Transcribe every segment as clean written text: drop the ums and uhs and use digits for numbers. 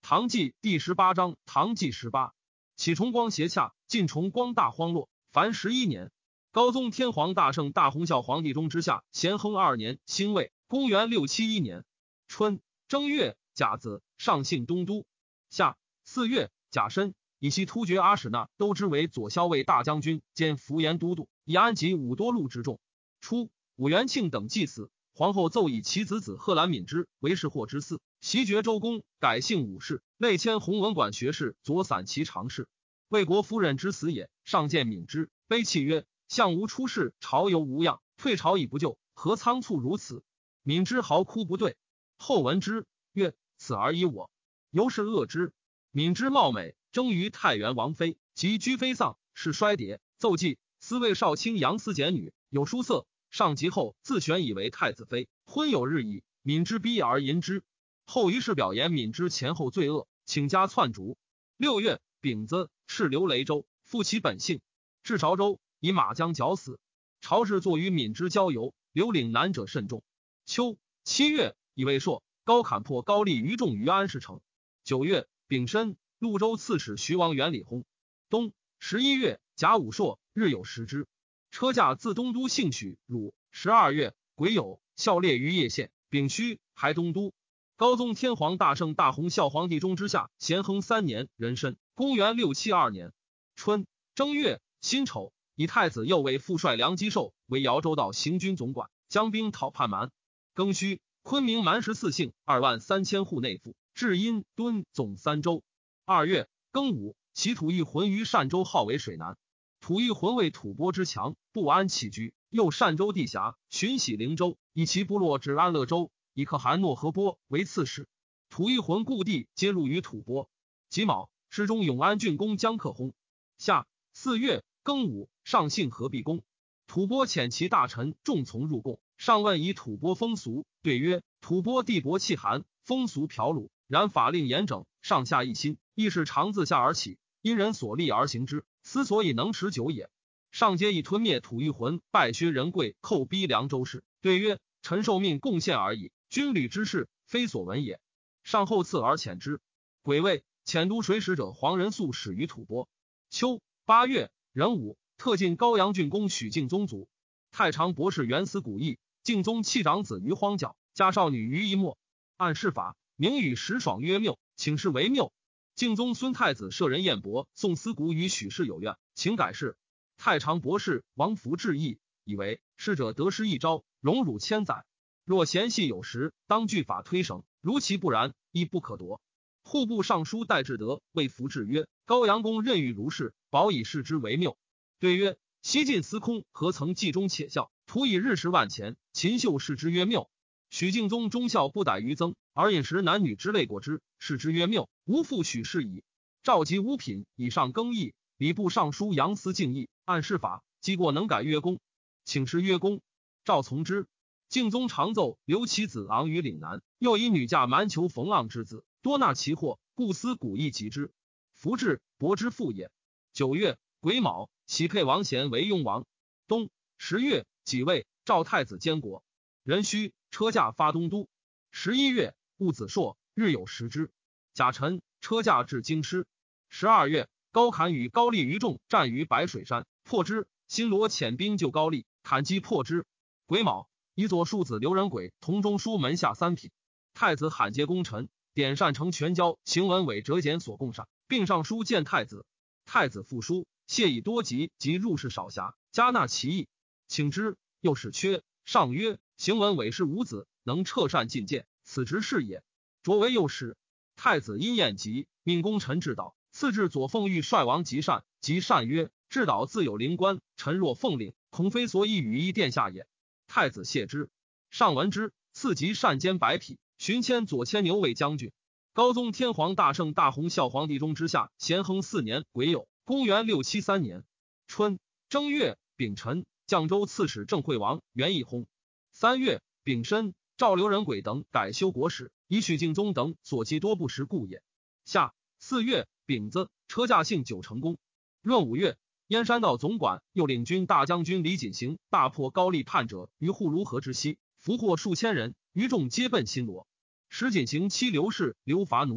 唐纪第18章，唐纪18。启崇光斜洽，晋崇光大荒落。凡11年，高宗天皇大圣大洪孝皇帝中之下，咸亨2年，辛未，公元671年春正月，甲子，上幸东都。夏4月，甲申，以西突厥阿史那都之为左骁卫大将军兼扶延都督，以安吉武多禄之众。初，武元庆等祭祀，皇后奏以其子贺兰敏之为世获之嗣，袭爵周公，改姓武氏，内迁弘文馆学士左散骑常侍。魏国夫人之死也，上见敏之，悲泣曰：相无出世，朝犹无恙，退朝已不救，何仓促如此？敏之嚎哭不对。后闻之，曰：此儿以我，由是恶之。敏之貌美，争于太原王妃，及居妃丧，是衰迭，奏记司卫少卿杨思简女，有书色，上及后自选以为太子妃，婚有日矣。敏之逼而淫之。后于是表言敏之前后罪恶，请加篡逐。6月，丙子，谥刘雷州，复其本姓。至潮州，以马将绞死。朝事作于敏之交游，刘岭南者甚众。秋7月，以为朔，高砍破高丽余众于安市城。9月，丙申，潞州刺史徐王元礼薨。冬11月，甲午朔，日有食之。车驾自东都幸许汝。12月，癸酉，孝烈于叶县，丙戌，还东都。高宗天皇大圣大洪孝皇帝中之下，咸亨3年，壬申，公元672年春正月，辛丑，以太子右卫副帅梁基寿为姚州道行军总管，将兵讨叛蛮。庚戌，昆明蛮14姓23000户内附，至阴敦总3州。2月，庚午，其吐谷浑于单州，号为水南。吐谷浑为吐蕃之强，不安起居，又单州地狭，寻徙灵州，以其部落至安乐州，以可汗诺河波为刺史。吐谷浑故地皆入于吐蕃。己卯，世中永安郡公江克薨。夏4月，庚午，上幸合璧宫。吐蕃遣其大臣众从入贡，上问以吐蕃风俗，对曰：吐蕃地薄气寒，风俗朴鲁，然法令严整，上下一心，亦是常自下而起，因人所立而行之，斯所以能持久也。上皆以吞灭吐谷浑，败削人贵，寇逼凉州事。对曰：臣受命贡献而已，军旅之事，非所闻也。上后赐而遣之。癸未，遣都水使者黄仁素始于吐蕃。秋8月，壬午，特进高阳郡公许敬宗族。太常博士原死古义，敬宗弃长子于荒角，加少女于一末。按事法，名与时爽曰谬，请示为谬。敬宗孙太子舍人彦博宋思古与许氏有怨，请改事。太常博士王福致意，以为逝者得失一朝，荣辱千载，若嫌隙有时，当据法推绳，如其不然，亦不可夺。户部尚书戴志德为福致曰：高阳公任欲如是，保以视之为谬。对曰：西晋司空何曾计中且笑，徒以日食万钱，秦秀视之曰谬。许敬宗忠孝不逮于增，而饮食男女之类过之，视之曰谬，无复许氏矣。召集五品以上更易，礼部尚书杨思敬议，按事法，积过能改曰公，请示曰公，赵从之。敬宗常奏留其子昂于岭南，又以女嫁蛮酋冯盎之子，多纳其祸，故思古意及之。福至，伯之父也。9月，癸卯，喜配王贤为雍王。冬10月，己未，赵太子监国。壬戌，车驾发东都。11月，戊子朔，日有食之。甲辰，车驾至京师。12月，高侃与高丽余众战于白水山，破之。新罗遣兵救高丽，侃击破之。癸卯，以左庶子刘仁轨同中书门下3品。太子罕接功臣，典善成全交行文委折简所供上，并上书见太子。太子复书，谢以多疾及入室少暇，加纳其意，请之。又使缺。上曰：行文委是无子，能彻善进谏，此职是也。擢为右使。太子因厌疾，命功臣治导，赐至左奉御帅王吉善。吉善曰：治导自有灵官，臣若奉令，恐非所以羽衣殿下也。太子谢之。上闻之，赐吉善兼白匹，寻迁左牵牛卫将军。高宗天皇大圣大洪孝皇帝中之下，咸亨4年，癸酉，公元673年春正月，丙辰，绛州刺史郑惠王元义薨。3月，丙申，赵刘仁轨等改修国史，以许敬宗等所记多不实故也。夏4月，丙子，车驾幸9成功。闰5月，燕山道总管右领军大将军李锦行大破高丽叛者于护卢河之西，俘获数千人，余众皆奔新罗。使锦行妻刘氏留伐奴城，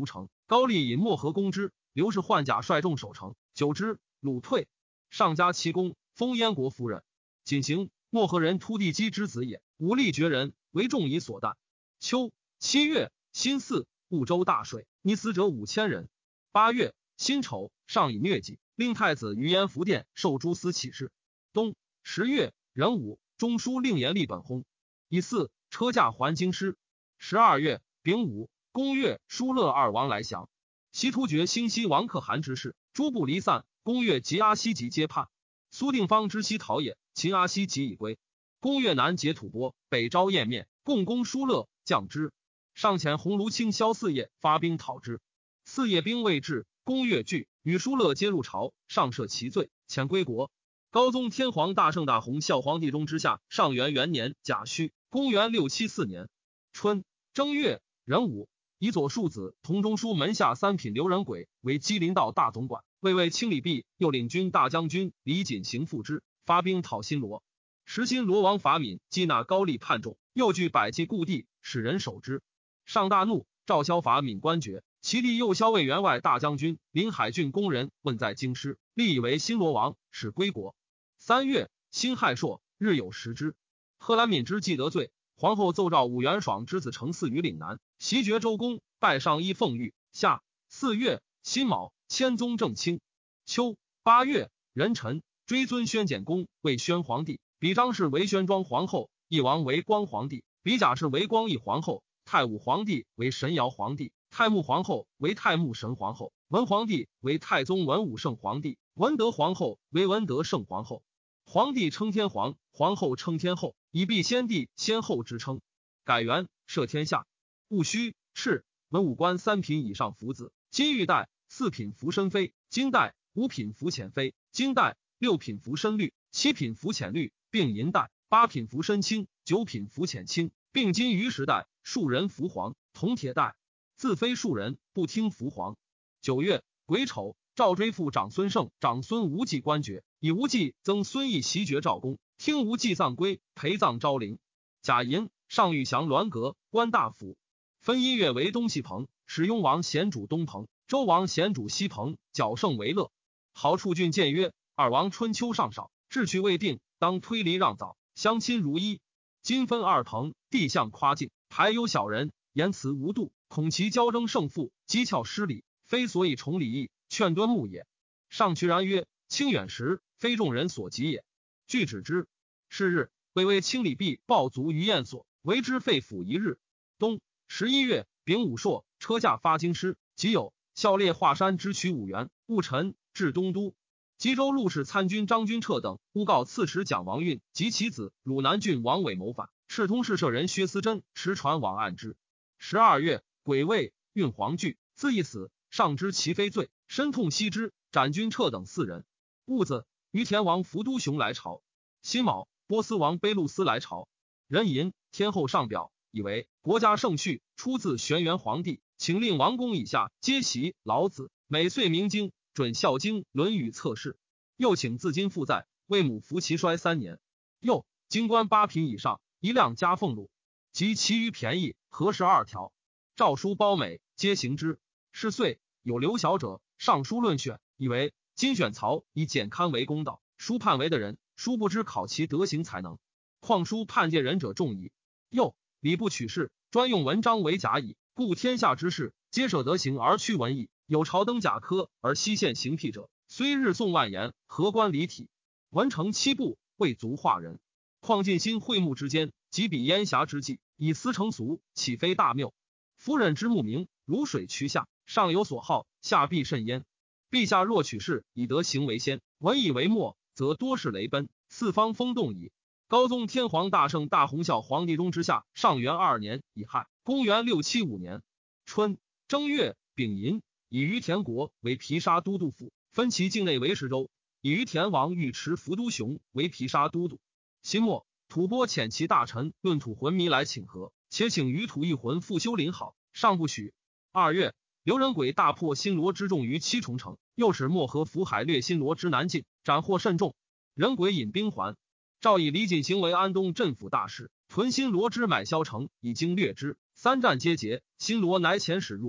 高丽引漠河攻之，刘氏换甲率众守城，久之，鲁退。上加其功，封燕国夫人。谨行，漠河人突地基之子也，武力绝人，为众以所惮。秋7月，辛巳，婺州大水，溺死者5000人。8月，辛丑，上以疟疾，令太子于延福殿受诸司起事。冬10月，壬午，中书令严厉本薨。乙巳，车驾还京师。12月，丙午，公阅疏勒二王来降。袭突厥兴西王可汗之事，诸部离散。公阅及阿西吉皆叛。苏定方之西逃也，秦阿西吉已归。公阅南结吐蕃，北招燕面，共攻疏勒，降之。上遣鸿胪卿萧四野发兵讨之。四野兵未至，公阅惧，与疏勒皆入朝，上赦其罪，遣归国。高宗天皇大圣大洪孝皇帝中之下，上元元年甲戌，公元674年春正月壬午，以左庶子同中书门下三品刘仁轨为基林道大总管，为清礼毕，又领军大将军李锦行复之，发兵讨新罗。时新罗王法敏缉纳高丽叛众，又据百济故地，使人守之。上大怒，诏削法敏官爵。其弟又骁卫员外大将军临海郡公人问在京师，立以为新罗王，使归国。3月，辛亥朔，日有食之。贺兰敏之既得罪，皇后奏诏武元爽之子承嗣于岭南，袭爵周公，拜上衣奉御。下4月，辛卯，迁宗正卿。秋8月，壬辰，追尊宣简公为宣皇帝，比张氏为宣庄皇后，义王为光皇帝，比贾氏为光义皇后，太武皇帝为神尧皇帝，太穆皇后为太穆神皇后，文皇帝为太宗文武圣皇帝，文德皇后为文德圣皇后。皇帝称天皇，皇后称天后，以避先帝先后之称。改元，赦天下。戊戌，敕文武官3品以上服子，金玉带；4品服身妃，金带；5品服浅妃，金带；6品服深绿；7品服浅绿，并银带；8品服深青；9品服浅青，并金鱼石带；数人服黄，铜铁带。自非数人，不听服黄。9月，癸丑，赵追父长孙晟、长孙无忌官爵，以无忌增孙义袭爵赵公，听无忌葬归，陪葬昭陵。甲寅，上御降栾阁，官大夫。分音乐为东西彭，使雍王贤主东彭，周王贤主西彭，矫圣为乐。好处郡谏曰：二王春秋尚少，志趣未定，当推离让早，相亲如一。今分二彭，地相夸境，排忧小人，言辞无度，恐其交争胜负，讥诮失礼，非所以崇礼义，劝敦睦也。上渠然曰：清远时，非众人所及也。据止之。是日，为清礼毕，暴卒于宴所，为之废府一日。冬11月，丙午朔，车驾发京师。即有孝烈华山之取武元、戊辰至东都。吉州陆氏参军张君彻等诬告刺史蒋王运及其子汝南郡王伟谋反，赤通事舍人薛思贞持传往案之。12月，癸未，运黄惧，自缢死。上知其非罪，深痛惜之，斩君彻等4人。戊子，于田王伏都雄来朝。辛卯，波斯王卑路斯来朝。壬寅，天后上表，以为国家盛序出自玄元皇帝，请令王公以下皆习老子，每岁明经，准孝经、论语测试。又请自今负债，为母服其衰3年。又京官8品以上1辆加俸禄，及其余便宜合12条。诏书褒美，皆行之。是岁，有刘晓者，上书论选，以为今选曹以简堪为公道，书判为的人，殊不知考其德行才能，况书判借人者众矣。又礼部取士，专用文章为甲乙，故天下之事，皆舍德行而趋文艺。有朝登甲科而西县行辟者，虽日诵万言，何关离体？文成7部，未足化人。况尽心会幕之间，及比烟霞之际，以思成俗，岂非大谬？夫人之目明，如水渠下，上有所好，下必甚焉。陛下若取士以德行为先，文以为末，则多是雷奔，四方风动矣。高宗天皇大圣大洪孝皇帝中之下，上元2年乙亥，公元675年春正月丙寅，以于田国为毗沙都督府，分其境内为10州。以于田王尉迟伏都雄为毗沙都督。辛末，吐蕃遣其大臣论土浑弥来请和，且请于土一浑复修林好，上不许。2月，刘仁轨大破新罗之众于7重城，又使漠河福海掠新罗之南境，斩获甚众。仁轨引兵还，诏以李锦行为安东镇抚大使，屯新罗之买萧城，已经掠之。3战皆捷，新罗乃遣使入贡，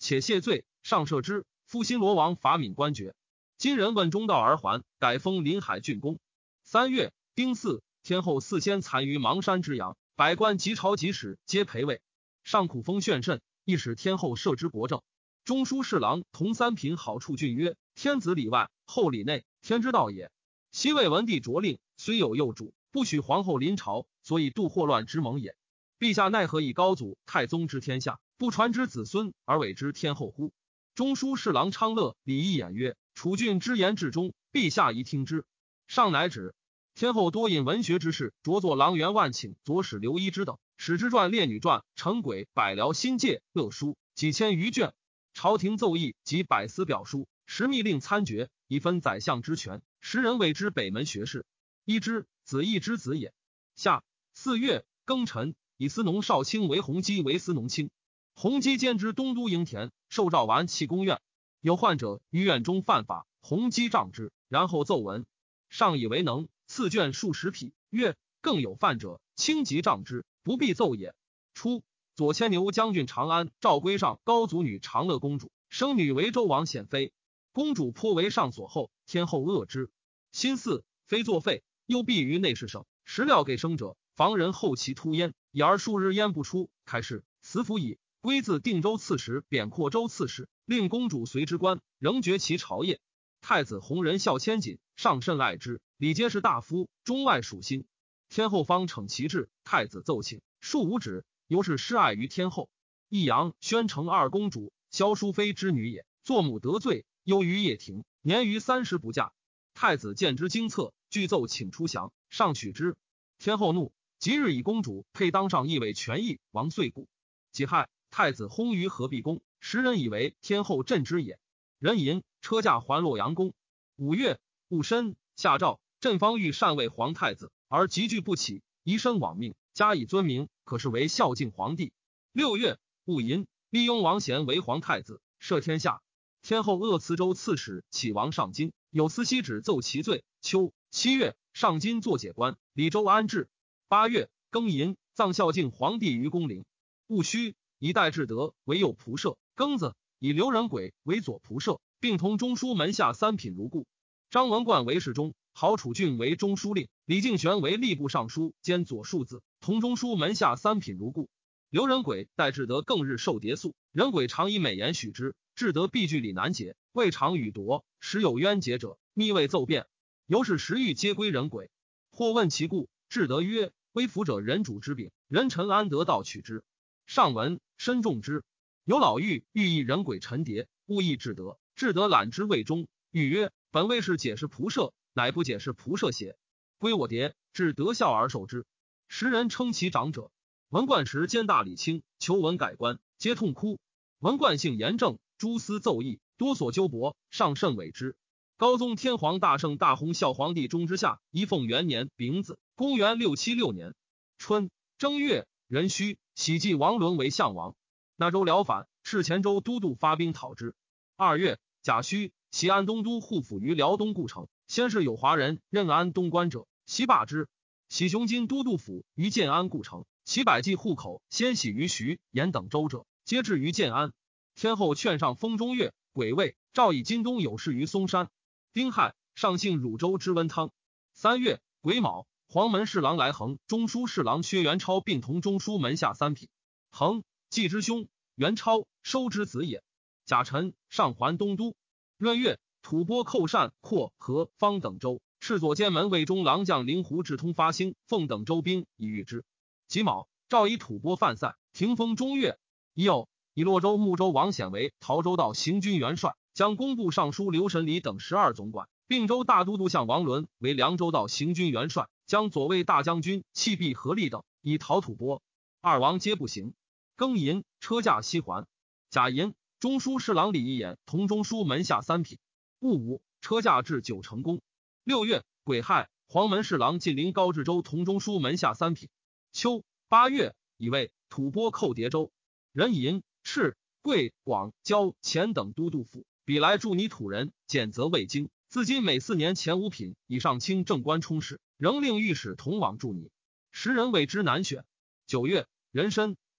且谢罪，上赦之。复新罗王法闵官爵。今人问中道而还，改封临海郡公。3月，丁巳，天后4仙残于邙山之阳，百官及朝及使皆陪位。上苦封炫甚，亦使天后赦之国政。中书侍郎同三品好处郡曰：天子里外，后里内，天之道也。昔魏文帝着令，虽有幼主，不许皇后临朝，所以度祸乱之盟也。陛下奈何以高祖太宗之天下，不传之子孙，而委之天后乎？中书侍郎昌乐礼义演曰：楚郡之言至忠，陛下宜听之。上乃止。天后多引文学之士，着作郎元万顷、左史刘一之等，使之传、列女传、成轨、百僚新界、乐书几千余卷。朝廷奏议及百司表书，实密令参决，以分宰相之权。时人谓之北门学士。一之，子义之子也。下4月庚辰，以司农少卿为弘基为司农卿。弘基兼之东都营田，受诏完弃宫院。有患者于院中犯法，弘基杖之，然后奏闻。上以为能，赐卷数十匹，曰：更有犯者，轻即杖之，不必奏也。初，左牵牛将军长安赵归上高祖女长乐公主，生女为周王显妃。公主颇为上所厚，天后恶之。心巳，非作废，又避于内侍省，食料给生者，防人后其突焉，已而数日焉不出。开市，辞服矣。归自定州刺史，贬扩州刺史，令公主随之官，仍绝其朝业。太子弘仁孝谦谨，上甚爱之，礼皆是大夫，中外属心。天后方逞其志，太子奏请，恕无止，尤是失爱于天后。益阳、宣城二公主，萧淑妃之女也，作母得罪，忧于掖庭，年逾30不嫁。太子见之惊恻，具奏请出降，上许之。天后怒，即日以公主配当上议尉权益王遂固。己亥，太子薨于合璧宫，时人以为天后镇之也。人吟车驾还洛阳宫。5月戊申，下诏朕方欲禅位皇太子，而急惧不起，宜身罔命，加以尊名，可是为孝敬皇帝。6月戊寅，立雍王贤为皇太子，摄天下。天后鄂磁州刺史启王上京，有司西旨奏其罪。秋7月，上京作解官，李州安置。8月庚寅，葬孝敬皇帝于宫陵。戊戌，以戴志德为右仆射，庚子，以刘仁轨为左仆射，并同中书门下3品如故。张文冠为侍中，郝楚俊为中书令，李敬玄为吏部尚书兼左庶子，同中书门下3品如故。刘仁轨、戴志德更日受牒诉，仁轨常以美言许之，志德必据理难解，未尝与夺，时有冤结者，密未奏辩。由是时欲皆归仁轨。或问其故，志德曰：微服者人主之柄，人臣安得道取之？上闻，深重之。有老妪欲议仁轨陈牒，勿议志德，志德揽之未终。妪曰：本谓是解释仆射，乃不解释仆射邪？归我牒，志德笑而受之。时人称其长者。文冠时兼大理卿，求文改官，皆痛哭。文冠性严正，诸司奏议，多所纠驳，上甚委之。高宗天皇大圣大洪孝皇帝中之下，仪凤元年丙子，公元676年春正月壬戌，喜祭王伦为相王。那州辽反，敕前州都督发兵讨之。2月甲戌，袭安东都护府于辽东故城。先是有华人任安东官者，西罢之。喜雄津都督府于建安故城，其百计户口先喜于徐、延等州者，皆至于建安。天后劝上封中岳、癸未，诏以今东有事于嵩山。丁亥，上幸汝州之温汤。3月癸卯，黄门侍郎来衡、中书侍郎薛元超并同中书门下3品。衡，季之兄，元超收之子也。甲辰，上还东都。闰月，吐蕃寇善、阔、和、方等州，赤左监门卫中郎将灵狐智通发兴、凤等州兵以御之。己卯，诏以吐蕃犯塞，停封中岳。乙酉，以洛州、睦州王显为陶州道行军元帅，将工部尚书刘神礼等12总管，并州大都督相王伦为凉州道行军元帅，将左卫大将军弃毕合力等以讨吐蕃。二王皆不行。庚寅，车驾西还。甲寅，中书侍郎李义眼同中书门下3品。戊午，车驾至九成宫。6月癸亥，黄门侍郎晋陵高至州同中书门下3品。秋8月，以为吐蕃寇叠州。人寅、赤、贵、广、交、前等都督府，彼来助你土人，减责未经。自今每4年前5品以上清正官充事，仍令御史同往助你。时人谓之难选。9月壬申，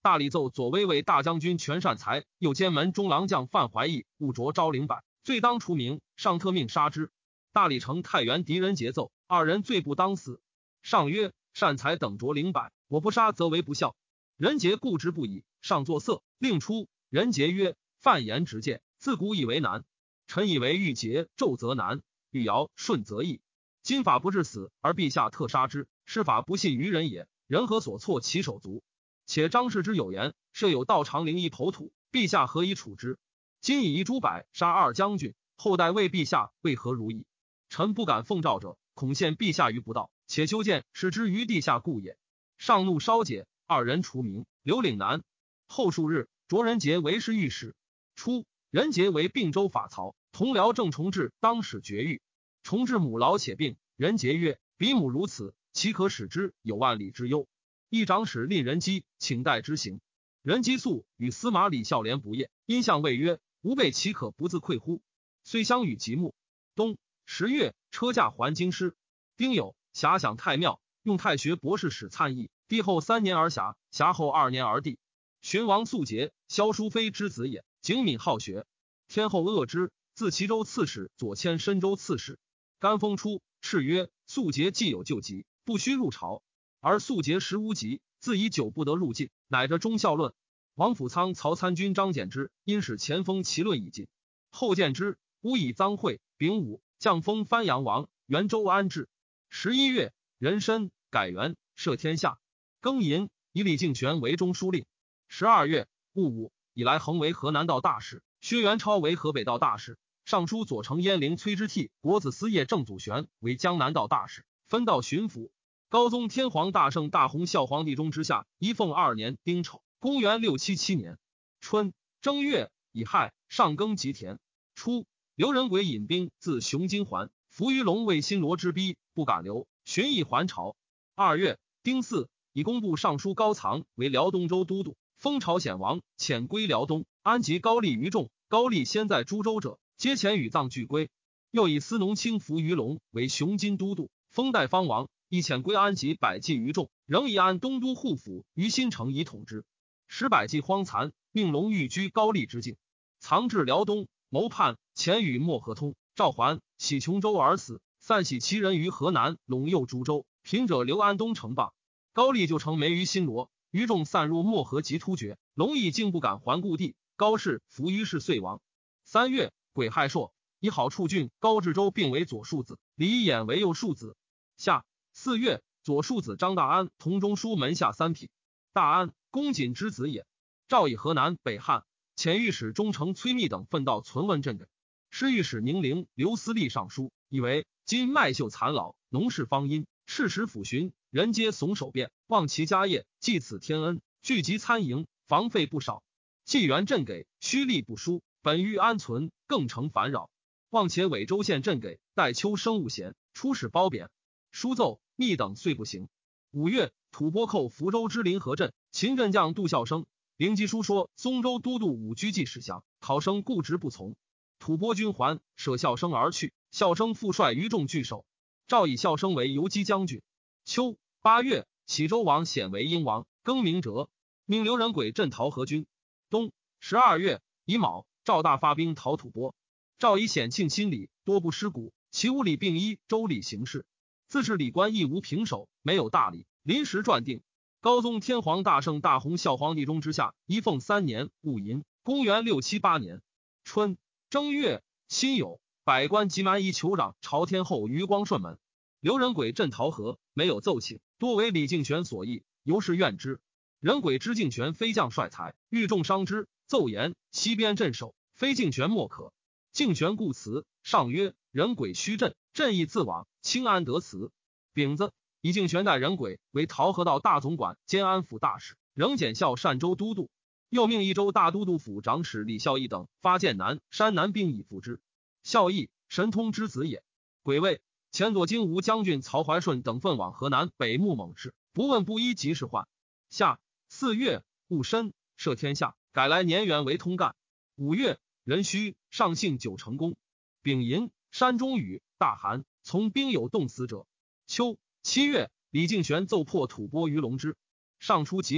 大理奏左威为大将军权善才，右监门中郎将范怀义误着昭陵柏，罪当除名，上特命杀之。大理丞太原狄仁杰奏，二人罪不当死。上曰：善才等着陵柏，我不杀则为不孝。仁杰固执不已，上作色，令出。仁杰曰：范言直谏，自古以为难。臣以为欲节纣则难，欲尧舜则易。今法不至死，而陛下特杀之，是法不信于人也。人何所措其手足？且张氏之有言，设有道长陵一抔土，陛下何以处之？今以一诸百杀二将军，后代为陛下为何如意？臣不敢奉诏者，恐陷陛下于不道，且修建使之于地下故也。上怒稍解，二人除名，留岭南。后数日，着仁杰为侍御史。初，仁杰为并州法曹，同僚郑重治当使绝狱。重治母劳且病，仁杰曰：彼母如此，岂可使之有万里之忧？一长史令人机，请代之行。人机素与司马李孝廉不业，因相谓曰：吾辈岂可不自愧乎？虽相与极目。冬10月，车驾还京师。丁酉，遐想太庙，用太学博士使参议。帝后3年而遐，遐后2年而帝。荀王素节，萧淑妃之子也，景敏好学。天后恶之，自齐州刺史左迁深州刺史。甘风初，敕曰：素节既有旧疾，不须入朝。而素节时无疾，自以久不得入晋，乃着忠孝论。王府仓曹参军张简之因使前锋其论已尽，后见之，吾以赃贿。丙午，降封番阳王，元州安置。11月，壬申，改元，赦天下。庚寅，以李敬玄为中书令。12月，戊午，以来恒为河南道大使，薛元超为河北道大使。尚书左丞鄢陵崔之替、国子司业郑祖玄为江南道大使，分道巡抚。高宗天皇大圣大洪孝皇帝中之下，一凤2年丁丑，公元677年春正月，乙亥，上耕吉田。初，刘仁轨引兵自雄津还，伏于龙为新罗之逼，不敢留，寻意还朝。2月，丁巳，以工部尚书高藏为辽东州都督，封朝鲜王，遣归辽东，安及高丽于众。高丽先在株洲者，皆遣与葬俱归。又以司农卿伏于龙为雄津都督，封代方王，亦遣归安及百济于众，仍以安东都护府于新城以统之。使百济荒残，命龙寓居高丽之境。藏至辽东，谋叛，遣与莫和通、赵桓喜琼州而死，散徙其人于河南陇右株洲。贫者刘安东城傍，高丽就城梅于新罗，余众散入漠河及突厥，龙邑竟不敢还故地。高氏伏于是遂亡。3月，癸亥朔，以好处郡高志州并为左庶子，李一衍为右庶子。夏4月，左庶子张大安同中书门下3品。大安，公瑾之子也。诏以河南、北汉遣御史中丞崔密等分道存问镇给。师御史宁陵刘思立上书，以为今麦秀残老，农事方殷，事时抚巡，人皆耸手变，忘其家业，祭此天恩，聚集参营，防费不少。纪元镇给，虚力不疏，本欲安存，更成烦扰。望且韦州县镇给，待秋生务闲，出使褒贬。书奏，密等遂不行。5月，吐蕃寇福州之临河镇，秦镇将杜孝生灵吉书说松州都督武居济使降，考生固执不从。吐蕃军还，舍孝生而去。孝生复率余众拒守，诏以孝生为游击将军。秋8月，喜州王显为英王，更名哲，命刘仁轨镇陶河军。冬12月，乙卯，赵大发兵讨吐蕃。赵以显庆心理，多不失谷，其无礼并依州礼行事。自是礼官亦无平手，没有大礼，临时撰定。高宗天皇大圣大洪孝皇帝中之下，一凤3年戊寅，公元678年春正月辛酉，百官急蛮夷酋长朝天后于光顺门。刘仁轨镇陶河，没有奏请，多为李敬玄所议，由是怨之。仁轨知敬玄非将帅才，欲重伤之，奏言西边镇守，非敬玄莫可。敬玄故辞，上曰：仁轨虚镇，朕亦自往，清安得辞。丙子，以敬玄代仁轨为陶河道大总管兼安抚大使，仍检校单州都督。又命益州大都督府长史李孝义等发剑南、山南兵以辅之。孝义，神通之子也。轨位前左金吾将军曹怀顺等分往河南北牧猛士，不问不依即是患。夏4月，戊申，赦天下，改来年元为通干。5月，壬戌，上幸9成功。丙寅，山中雨，大寒，从兵有冻死者。秋7月，李敬玄奏破吐蕃于龙之。上初即位，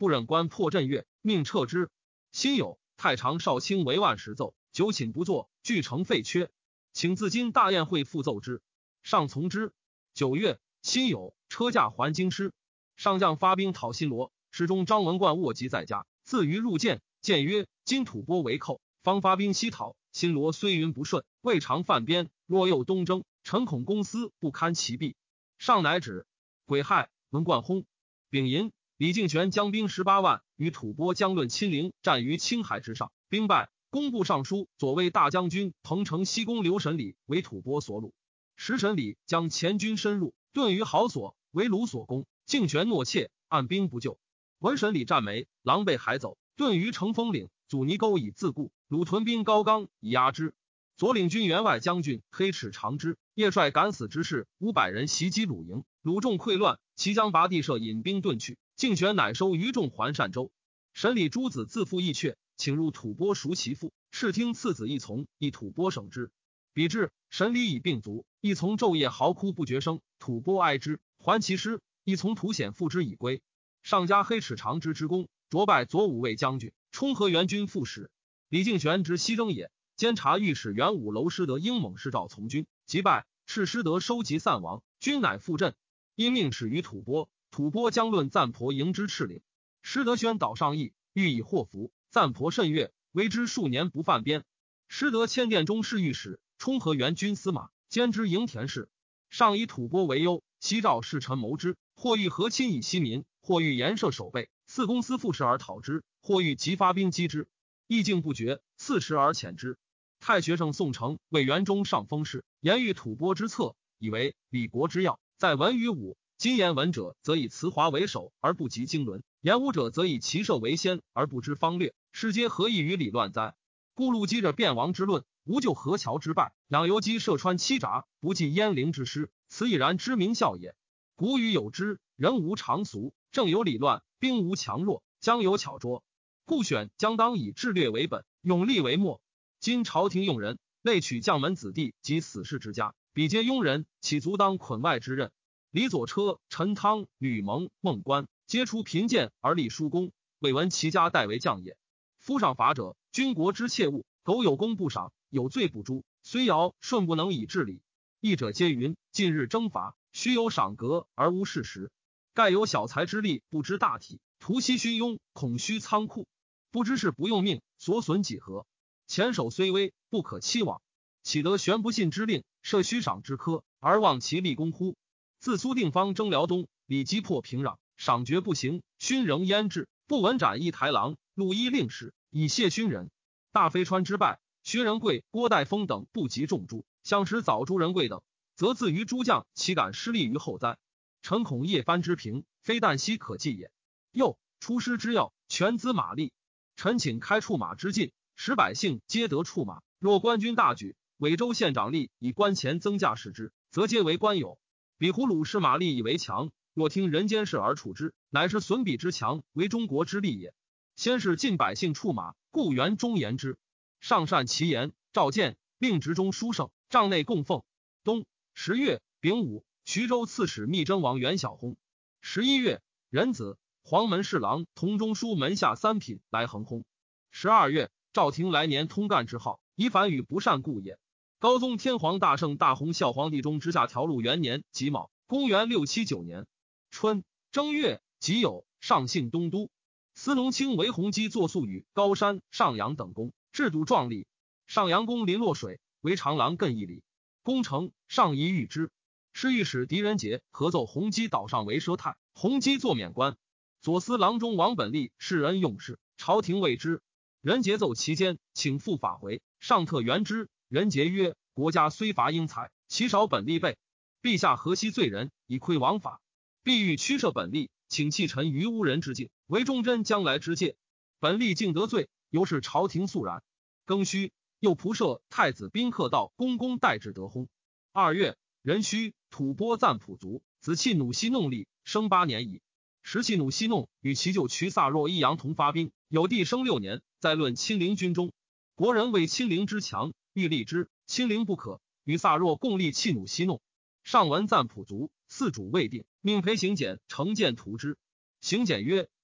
不忍官破镇岳，命撤之。辛酉，太常少卿为万石奏，久寝不作，俱成废缺，请自今大宴会复奏之。上从之。9月，辛酉，车驾还京师。上将发兵讨新罗，侍中张文冠卧疾在家，自于入见，见曰：今吐蕃为寇，方发兵西讨。新罗虽云不顺，未尝犯边，若又东征，臣恐公私不堪其弊。上乃止。癸亥，文冠薨。丙寅，李敬玄将兵18万与吐蕃将论亲陵，战于青海之上，兵败。工部尚书左卫大将军彭城西宫刘审礼为吐蕃所虏。时审礼将前军深入，遁于壕所，为鲁所攻。敬玄懦怯，按兵不救。闻审礼战没，狼狈还走，遁于乘风岭，阻泥沟以自固。鲁屯兵高冈以压之。左领军员外将军黑齿长之夜率敢死之士500人袭击鲁营，鲁众溃乱，其将拔地舍引兵遁去。敬玄乃收余众还善州。审理诸子自负义阙，请入吐蕃赎其父。敕听次子一从，以吐蕃省之。彼至，审理已病卒，一从昼夜嚎哭不绝声，吐蕃哀之，还其师。一从图显复之以归。上加黑齿长之之功，擢拜左武卫将军，充和元军副使。李敬玄之西征也，监察御史元武楼师德英猛士召从军，击败，敕师德收集散亡，军乃复振。因命使于吐蕃，吐蕃将论赞婆迎之赤岭。师德宣导上议，欲以祸福，赞婆甚悦，为之数年不犯边。师德迁殿中侍御史，充和元军司马，兼之营田事。上以吐蕃为忧，西召侍臣谋之，或欲和亲以息民，或欲严设守备，赐公司副使而讨之，或欲急发兵击之。意境不决，刺时而遣之。太学生宋城为元中上封事，言喻吐蕃之策，以为李国之要，在文与武。今言文者，则以辞华为首而不及经纶；言武者，则以骑射为先而不知方略。世皆何异于理乱哉？故陆基着变王之论，无就河桥之败，养游击射穿七闸，不计鄢陵之师，此已然之名效也。古语有之，人无常俗，政有理乱，兵无强弱，将有巧拙。故选将当以智略为本，勇力为末。今朝廷用人，类取将门子弟及死士之家，比皆庸人，岂足当捆外之任？李左车、陈汤、吕蒙、孟观，皆出贫贱而立殊功，未闻其家代为将也。夫上法者，军国之切物，苟有功不赏，有罪不诛，虽尧舜不能以治理。义者皆云：近日征伐，须有赏格而无事实。盖有小才之力，不知大体，图息虚庸，恐虚仓库，不知是不用命，所损几何？前手虽微，不可期往，岂得悬不信之令，设虚赏之科，而忘其立功乎？自苏定方征辽东，李击破平壤，赏爵不行，勋仍焉制，不闻斩一台郎，录一令史，以谢勋人。大飞川之败，薛仁贵、郭代峰等不及重诛，相识早诛仁贵等，则自于诸将，岂敢失利于后哉？臣恐叶藩之平，非旦夕可计也。又出师之要，全资马力。臣请开畜马之禁，使百姓皆得畜马。若官军大举，韦州县长吏以官钱增价使之，则皆为官有。比胡鲁士马力以为强，若听人间事而处之，乃是损彼之强为中国之利也。先是尽百姓畜马，故元中言之。上善其言，召见，令执中书圣，帐内供奉。冬10月丙午，徐州刺史密征王袁小薨。11月，壬子，黄门侍郎同中书门下3品来横薨。12月，赵廷来年通干之号，以反与不善故也。高宗天皇大圣大洪孝皇帝中之下条路元年己卯，公元679年春正月己酉，上幸东都。司农卿韦弘基作宿与高山、上阳等宫，制度壮丽。上阳宫临洛水，为长廊艮1里。攻城，上宜御之。侍御史狄仁杰合奏弘基岛上为奢太，弘基作免官。左司郎中王本立世人用事，朝廷谓之。仁杰奏其间，请复法回，上特援之。仁杰曰：国家虽乏英才，其少本立备。陛下何惜罪人，以窥王法？必欲驱赦本立，请弃臣于污人之境，为忠贞将来之戒。本立竟得罪，由是朝廷肃然。庚戌，又仆射太子宾客到公公代至得薨。2月，壬戌，吐蕃赞普族，子弃弩西弄立，生8年矣。时弃弩西弄与其舅瞿萨若一阳同发兵，有弟生6年，在论亲陵军中。国人为亲陵之强，欲立之，亲陵不可，与萨若共立弃弩西弄。上闻赞普族，嗣主未定，命裴行俭乘舰屠之。行俭曰：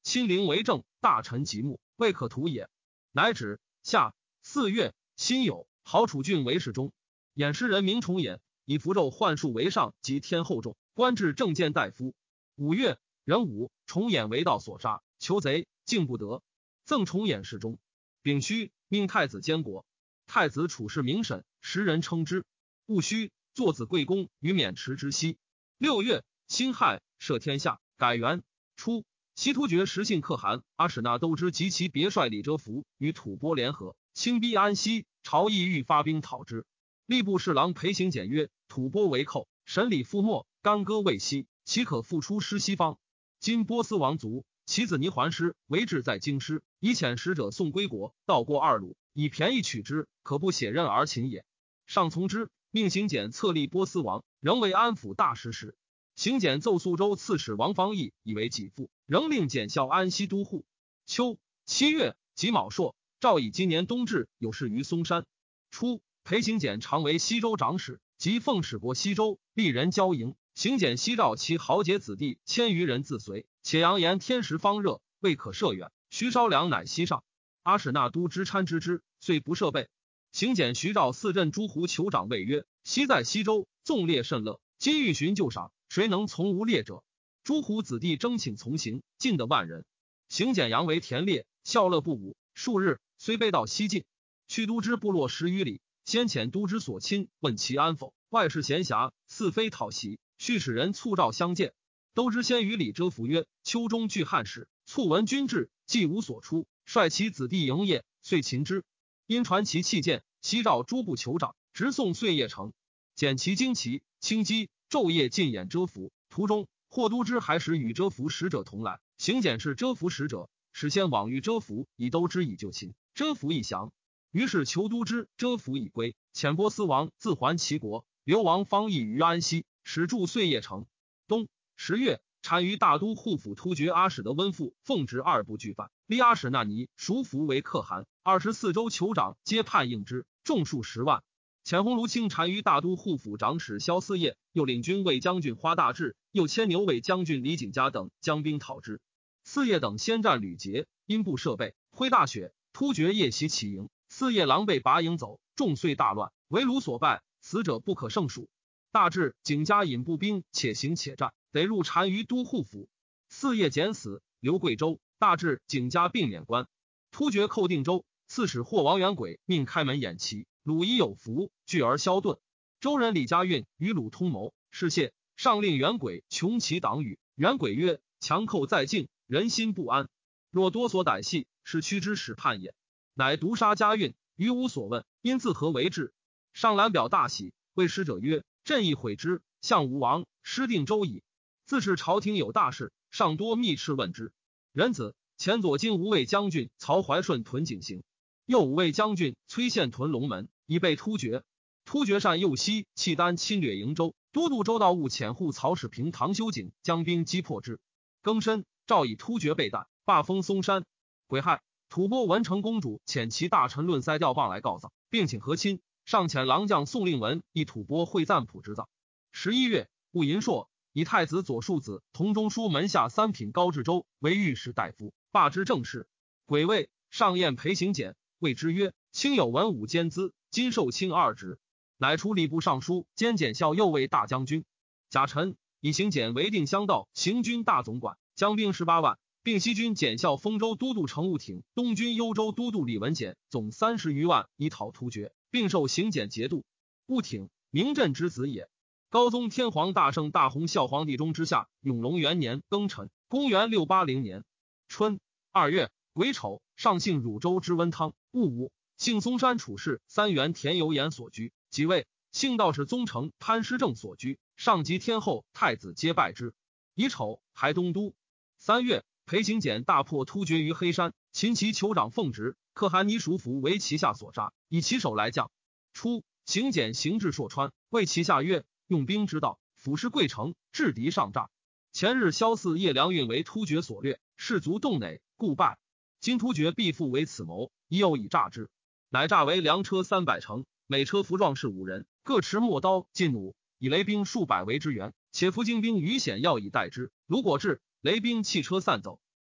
亲临为政，大臣极目，未可图也。乃止。夏4月，辛酉，郝楚郡为侍中。偃师人名重衍，以符咒幻术为上及天后众，官至正监大夫。5月，壬午，重衍为盗所杀，求贼，竟不得，赠重衍侍中。丙戌，命太子监国。太子处事明审，时人称之。戊戌，坐子贵公于渑池之西。6月，辛亥，赦天下，改元。初，西突厥实信可汗阿史那都之及其别帅李哲福与吐蕃联合，亲逼安西，朝议欲发兵讨之。吏部侍郎裴行俭曰：吐蕃为寇，审理覆没，干戈未息，岂可复出师西方？今波斯王族，其子倪桓师为志在京师，以遣使者送归国，道过2鲁，以便宜取之，可不血刃而擒也。上从之，命行俭册立波斯王，仍为安抚大使使。行俭奏肃州刺史王方义以为己父，仍令检校安西都护。秋7月，己卯朔，诏以今年冬至有事于嵩山。初，裴行俭常为西州长史，及奉使国西州，历人交迎。行俭西召其豪杰子弟1000余人自随，且扬言天时方热，未可涉远，徐烧粮乃西上。阿史那都之参之，遂不设备。行俭徐召4镇诸胡酋长谓曰：昔在西州，纵猎甚乐，今欲寻旧赏，谁能从无猎者？诸胡子弟争请从行，尽得万人。行俭扬为田猎，笑乐不武。数日，虽被到西境，去都之部落10余里，先遣都之所亲，问其安否。外事闲暇，似非讨袭，续使人促召相见。都之先与李遮服曰：秋中据汉使，促闻军至，既无所出，率其子弟营业，遂擒之。因传其器剑，西召诸部酋长，直送碎叶城，减其旌旗，轻击，昼夜尽掩遮服。途中，霍都之还使与遮服使者同来，行俭是遮服使者，使先往遇遮服，以都之以救秦。遮服亦降。于是求都之，遮服已归，遣波斯王自还齐国，流亡方义于安西，使驻碎叶城。冬10月，单于大都护府突厥阿史德温父奉直2部拒犯，立阿史那尼赎服为可汗，24州酋长皆叛应之，众数10万。遣鸿胪卿单于大都护府长史萧思业，又领军卫将军花大志，又迁牛卫将军李景嘉等将兵讨之。四业等先战屡捷，因不设备，挥大雪，突厥夜袭其营，四业狼狈拔营走，众遂大乱，为虏所败，死者不可胜数。大志、景嘉引步兵，且行且战，得入单于都护府。四业减死，留贵州。大志、景嘉并免官。突厥寇定州，刺史霍王元轨命开门掩旗，鲁已有福，拒而消遁。周人李家运与鲁通谋，是谢，上令元轨穷其党羽。元轨曰：强寇在境，人心不安，若多所歹戏，是屈之使叛也。乃毒杀家运，于无所问，因自何为之？上览表大喜，谓使者曰：朕亦悔之，相吴王失定州矣。自是朝廷有大事，上多密斥问之。仁子前左京无畏将军曹怀顺屯景行，右武卫将军崔宪屯龙门，以备突厥。突厥善右西契丹侵略瀛州，都督周道务遣护曹使平唐修景将兵击破之。庚申，诏以突厥备旦，罢封嵩山。癸亥，吐蕃文成公主遣其大臣论塞调棒来告葬，并请和亲。上遣郎将宋令文以吐蕃会赞普之葬。11月，戊寅朔，以太子左庶子同中书门下3品高志州为御史大夫，罢之政事。癸未，上宴裴行俭，谓之曰：卿有文武兼资，今受卿2职。乃出吏部尚书兼检校右卫大将军。甲辰，以行俭为定襄道行军大总管，将兵18万，并西军检校丰州都督程务挺、东军幽州都督李文简总30余万，以讨突厥，并受行俭节度。务挺，明镇之子也。高宗天皇大圣大洪孝皇帝中之下，永隆元年庚辰，公元680年春2月癸丑，上幸汝州之温汤。戊午，幸嵩山处士3原田由衍所居，即位。幸道士宗成潘师正所居，上及天后太子皆拜之。乙丑，还东都。3月，裴行俭大破突厥于黑山，秦其酋长奉直、可汗尼赎服为旗下所杀，以其手来降。初，行俭行至朔川，谓旗下曰：用兵之道，俯视贵城，制敌上诈。前日萧嗣叶良运为突厥所掠，士卒动馁，故败。今突厥必复为此谋，已有以诈之。乃诈为粮车300乘，每车服壮士5人，各持陌刀、劲弩，以雷兵数百为之援，且伏精兵于险要以待之。如果至，雷兵弃车散走。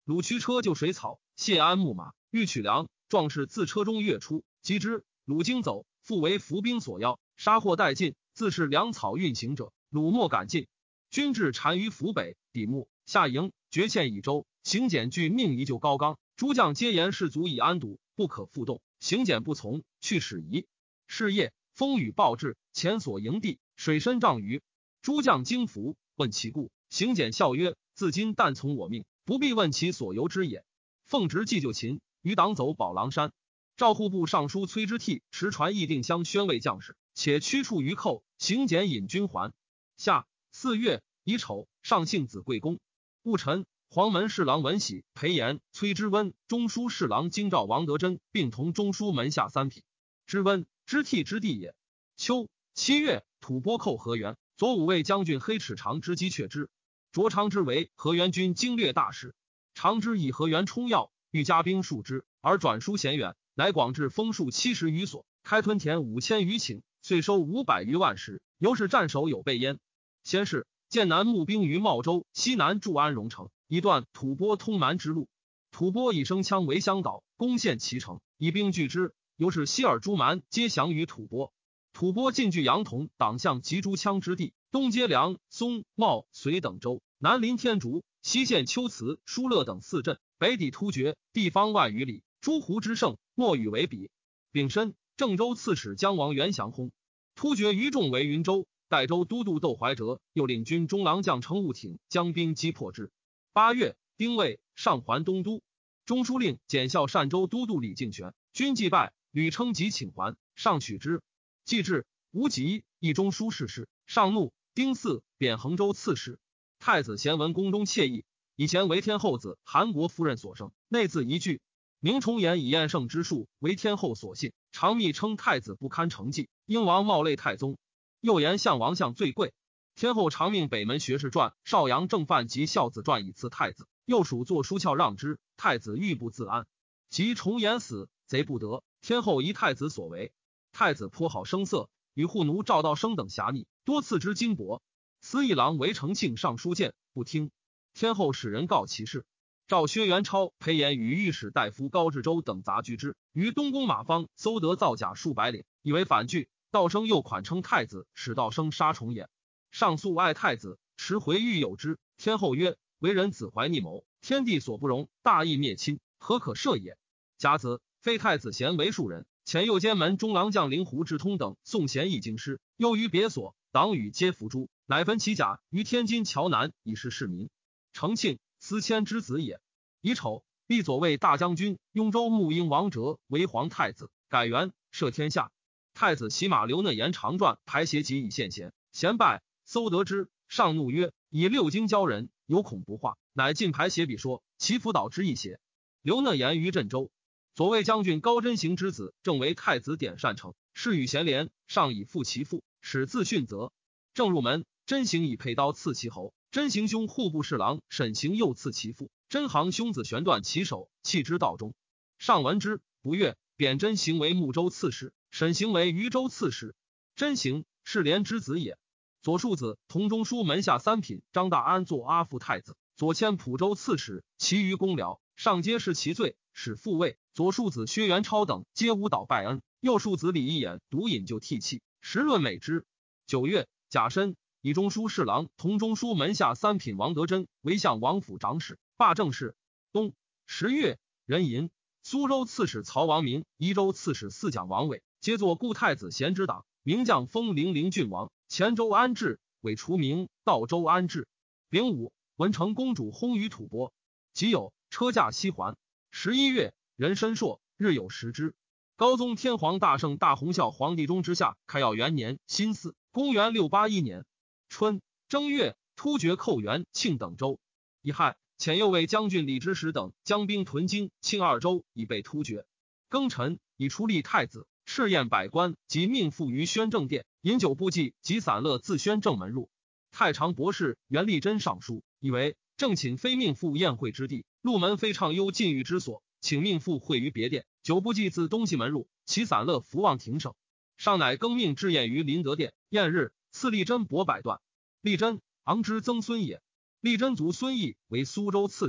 鲁驱车就水草，谢安牧马，欲取粮。壮士自车中跃出，击之。鲁惊走，复为伏兵所邀，杀获殆尽。自是粮草运行者，鲁莫敢进。军至单于府北，抵木下营，决欠以州。行简具命移就高冈，诸将皆言士卒以安堵，不可复动。行简不从，去使夷。是夜，风雨暴至，前所营地，水深丈余。诸将惊服，问其故。行简笑曰：自今但从我命，不必问其所由之也。奉直祭就秦，余党走宝狼山。赵户部尚书崔之悌持传议定襄宣慰将士，且驱处于寇。行简引军还。夏4月乙丑，上幸子贵公。戊辰，黄门侍郎文喜、裴炎、崔之温、中书侍郎京兆王德珍并同中书门下3品。之温，之悌之弟也。秋7月，吐蕃寇河源，左武卫将军黑齿长之击却之。卓长之为河源军经略大使。长之以河源冲要，欲加兵数之，而转疏险远，乃广置封戍70余所，开屯田5000余顷，岁收500余万石，由是战守有备焉。先是，剑南募兵于茂州，西南驻安荣城，以断吐蕃通蛮之路。吐蕃以生羌为乡岛，攻陷其城，以兵拒之。由是西尔诸蛮皆降于吐蕃。吐蕃进据杨同、党项及诸羌之地，东接梁、松、茂、绥等州，南临天竺，西陷龟兹、疏勒等4镇，北抵突厥，地方万余里。诸胡之盛，莫与为比。丙申，郑州刺史姜王元降薨。突厥余众为云州。代州都督窦怀哲又领军中郎将程务挺将兵击破之。8月，丁未，上还东都。中书令检校单州都督李敬玄军既败，屡称疾请还，上取之。既至，无疾，议中书事事，上怒。丁巳，贬衡州刺史。太子咸闻宫中窃议，以前为天后子韩国夫人所生，内自一句。明重言以验圣之术为天后所信，常密称太子不堪成绩，英王冒类太宗。又言相王相最贵。天后常命北门学士传、邵阳正范及孝子传以赐太子，又属作书翘让之。太子欲不自安，及重言死，贼不得。天后疑太子所为，太子颇好声色，与护奴赵道生等侠逆，多赐之金帛。司议郎韦承庆上书谏，不听。天后使人告其事。赵薛元超、裴炎与御史大夫高志洲等杂居之，于东宫马坊搜得造假数百领，以为反据。道生又款称太子，使道生杀重眼。上诉爱太子，迟回欲有之。天后曰：为人子怀逆谋，天地所不容，大义灭亲，何可赦也？甲子，废太子贤为庶人，前右监门中郎将灵狐志通等宋贤义经师，又于别所，党羽皆伏诛，乃焚其甲于天津桥南，以示市民。承庆，司迁之子也。乙丑，立左卫大将军雍州牧鹰王哲为皇太子，改元，摄天下。太子骑马刘讷言长传排协集以献贤，贤拜，搜得之，上怒曰：以6经教人，有恐不化，乃进排协比说，其辅导之一邪？刘讷言于镇州。左卫将军高真行之子，正为太子典善成，是与贤廉，上以父其父，使自训责。正入门，真行以佩刀刺其喉，真行兄户部侍郎沈行又刺其父，真行兄子旋断其手，弃之道中。上闻之，不悦，贬真行为睦州刺史，沈行为渝州刺史。真行是廉之子也。左庶子同中书门下3品张大安做阿父太子，左迁蒲州刺史，其余公僚上皆是其罪，使复位。左庶子薛元超等皆无蹈拜恩，右庶子李义眼独饮就涕泣，时论美之。9月，甲申，以中书侍郎同中书门下3品王德珍为相王府长史，罢政事。冬10月，壬寅，苏州刺史曹王明、宜州刺史四蒋王伟皆作故太子贤之党，名将封零郡王，前州安置，伪除名，道州安置。丙午，文成公主薨于吐蕃。己酉，车驾西还。11月，壬申朔，日有食之。高宗天皇大圣大洪孝皇帝中之下，开耀元年辛巳，公元681年春正月，突厥寇元庆等州。乙亥，遣右卫将军李之实等将兵屯京、庆2州，以备突厥。庚辰，以出立太子，敕宴百官，及命附于宣政殿，饮酒不祭，及散乐自宣正门入。太常博士袁立真上书，以为正寝非命附宴会之地，鹿门非畅幽禁欲之所，请命附会于别殿，酒不祭自东西门入，其散乐福望庭省。上乃更命置宴于临德殿，宴日赐立真帛100段。立真，昂之曾孙也。立真族孙义为苏州刺史，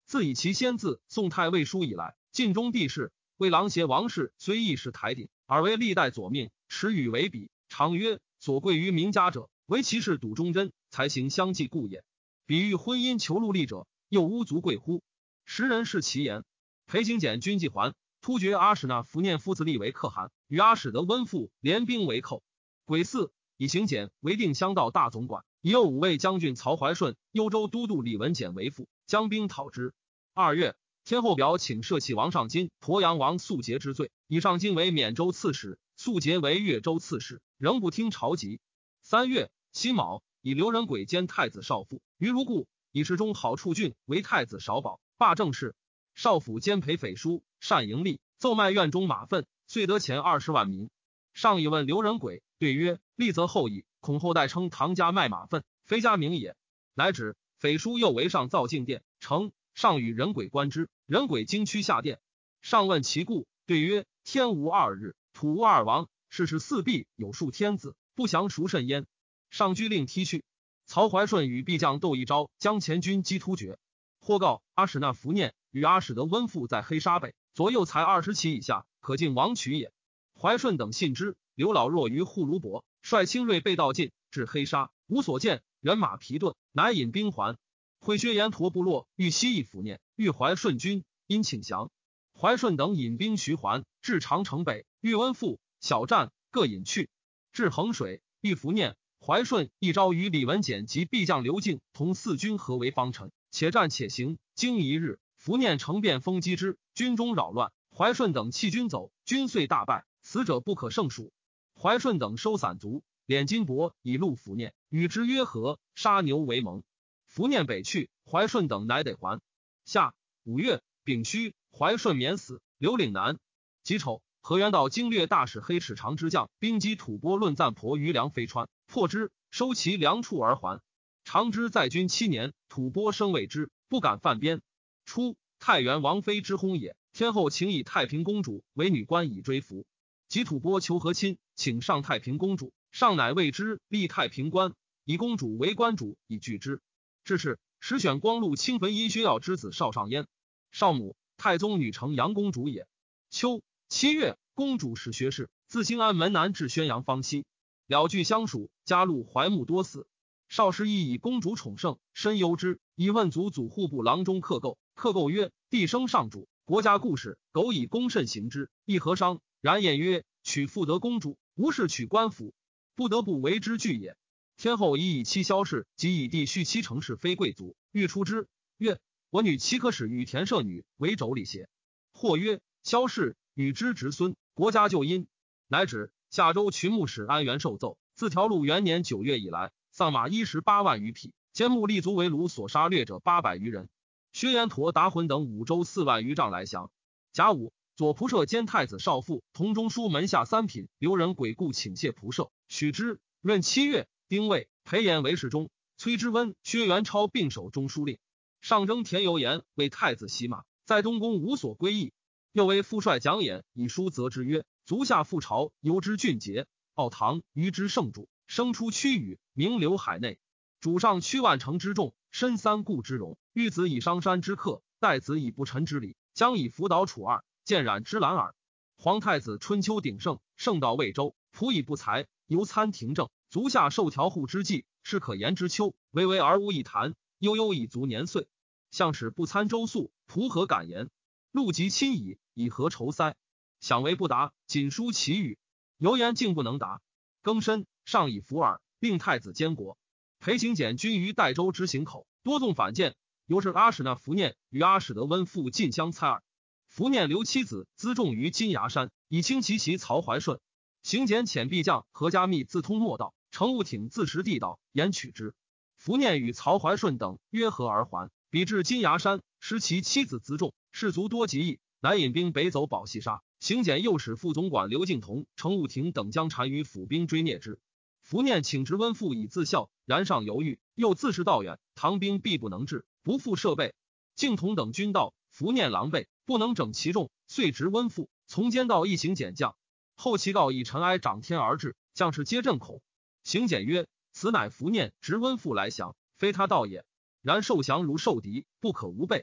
自以其先自宋太尉书以来，晋中帝室为郎协王氏，虽亦是台鼎，而为历代左命，持与为比。常曰：所贵于名家者，唯其事笃忠贞，才行相继故也。比喻婚姻求禄利者，又无足贵乎？时人是其言。裴行俭军纪还，突厥阿史那弗念夫子立为可汗，与阿史德温父联兵为寇。癸巳，以行俭为定襄道大总管，以右武卫将军曹怀顺、幽州都督李文简为副，将兵讨之。2月，天后表请赦弃王上金、鄱阳王肃节之罪，以上金为缅州刺史，肃节为越州刺史，仍不听朝籍。3月，辛卯，以刘仁轨兼太子少傅，于如故，以世中好处郡为太子少保，罢政事。少府兼陪匪书，善盈利，奏卖院中马粪，遂得钱20万民。上以问刘仁轨，对曰：利则后矣，恐后代称唐家卖马粪，非家名也。乃指匪书又为上造敬殿，成上与仁轨观之，仁轨惊屈下殿。上问其故，对曰：天无2日，土无2王，世事四壁有数天子，不详孰甚焉。上居令踢去。曹怀顺与裨将窦一招将前军击突厥，或告阿史那弗念与阿史德温父在黑沙北，左右才20骑以下，可进王渠也。怀顺等信之。刘老若于护卢伯，率精锐备道进，至黑沙，无所见，人马疲顿，乃引兵还。会薛延陀部落欲西邑弗念，欲怀顺军，因请降。怀顺等引兵徐还，至长城北，欲温父，小战，各引去。至衡水，欲弗念。怀顺一招与李文简及裨将刘敬同4军合为方阵，且战且行。经1日，弗念乘便风击之，军中扰乱，怀顺等弃军走，军遂大败，死者不可胜数。怀顺等收散卒，敛金帛以戮弗念，与之约和，杀牛为盟。弗念北去，怀顺等乃得还。夏5月，丙戌，怀顺免死，留岭南。己丑，河源道经略大使黑齿长之将兵击吐蕃论赞婆于梁飞川，破之，收其粮畜而还。长之在军7年，吐蕃生畏之，不敢犯边。初，太原王妃之薨也，天后请以太平公主为女官以追服。及吐蕃求和亲，请上太平公主，上乃为之立太平官，以公主为官主以拒之。至是，时选光禄清坟尹薛耀之子少上焉，少母太宗女承阳公主也。秋7月，公主使学士，自兴安门南至宣阳方西，了据相属，加入怀木多死。少时亦以公主宠盛，深忧之，以问祖护部郎中克构。克构曰：帝生上主，国家故事，苟以公慎行之，亦何伤？然言曰：娶妇得公主，无事娶官府，不得不为之惧也。天后已以妻萧氏及以弟续妻成氏非贵族，欲出之，曰：我女岂可使与田舍女为妯娌邪？或曰：萧氏与之侄孙，国家就因。乃指夏州群牧使安元受奏，自条路元年9月以来，丧马18万余匹，歼木立足为虏所杀掠者800余人。薛延陀、达浑等5州4万余丈来降。甲午，左仆射兼太子少傅同中书门下3品刘仁轨故请谢仆射，许之。闰7月，丁未，裴炎为侍中，崔之温、薛元超并守中书令。上征田由言为太子洗马，在东宫无所归议。又为副帅蒋衍以书责之曰：足下覆巢，由之俊杰，奥唐于之圣主，生出屈羽，名流海内。主上屈万乘之众，身3顾之容，欲子以商山之客，待子以不臣之礼，将以辅导楚二，见染之兰耳。皇太子春秋鼎盛，盛到魏州，仆以不才，犹参廷政，足下受调户之计，是可言之秋，巍巍而无一谈，悠悠以足年岁。相使不参周粟，仆何敢言？路及亲矣，以何愁塞？想为不答，仅书其语，犹言竟不能答。庚申，上以服耳，令太子监国。裴行俭军于代州之行口，多纵反间，由是阿史那弗念与阿史德温父进相猜耳。弗念留妻子辎重于金崖山，以轻其其曹怀顺。行俭遣裨将何家密自通莫道，乘务挺自食地道，言取之。弗念与曹怀顺等约合而还，彼至金崖山，失其妻子辎重，士卒多疾役，乃引兵北走保西沙。行俭诱使副总管刘敬同、乘务挺等将单于府兵追灭之。弗念请执温父以自效，然上犹豫，又自视道远，唐兵必不能至，不复设备。敬同等军到，弗念狼狈，不能整其众，遂执温父，从间道一行简将。后其告以尘埃长天而至，将士皆震恐。行简曰：此乃弗念执温父来降，非他道也。然受降如受敌，不可无备。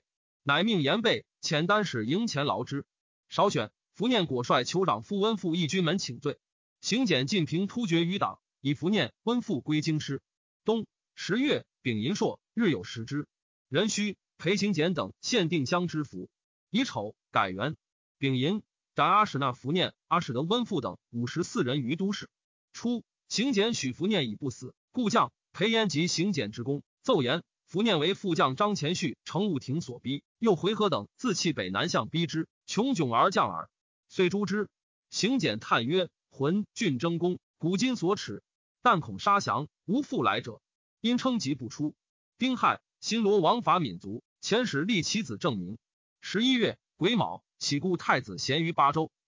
乃命严备遣单使营前劳之。少选，伏念果率酋长傅温父一军门请罪。行简进平突厥余党，以伏念温父归京师。冬10月，丙寅朔，日有食之。壬戌，裴行简等限定襄之服。乙丑，改元。丙寅，斩阿史那伏念、阿史德温父等54人于都市。初，行简许伏念以不死，故将裴延及行简之功，奏言伏念为副将张前绪、程务庭所逼，又回纥等自弃北南向逼之，穷窘而降耳。遂诛之。行简叹曰：浑郡争功，古今所耻，但恐杀降，无复来者。因称疾不出。丁亥，新罗王法沔族，遣使立其子正名。11月，癸卯，起故太子咸于巴州。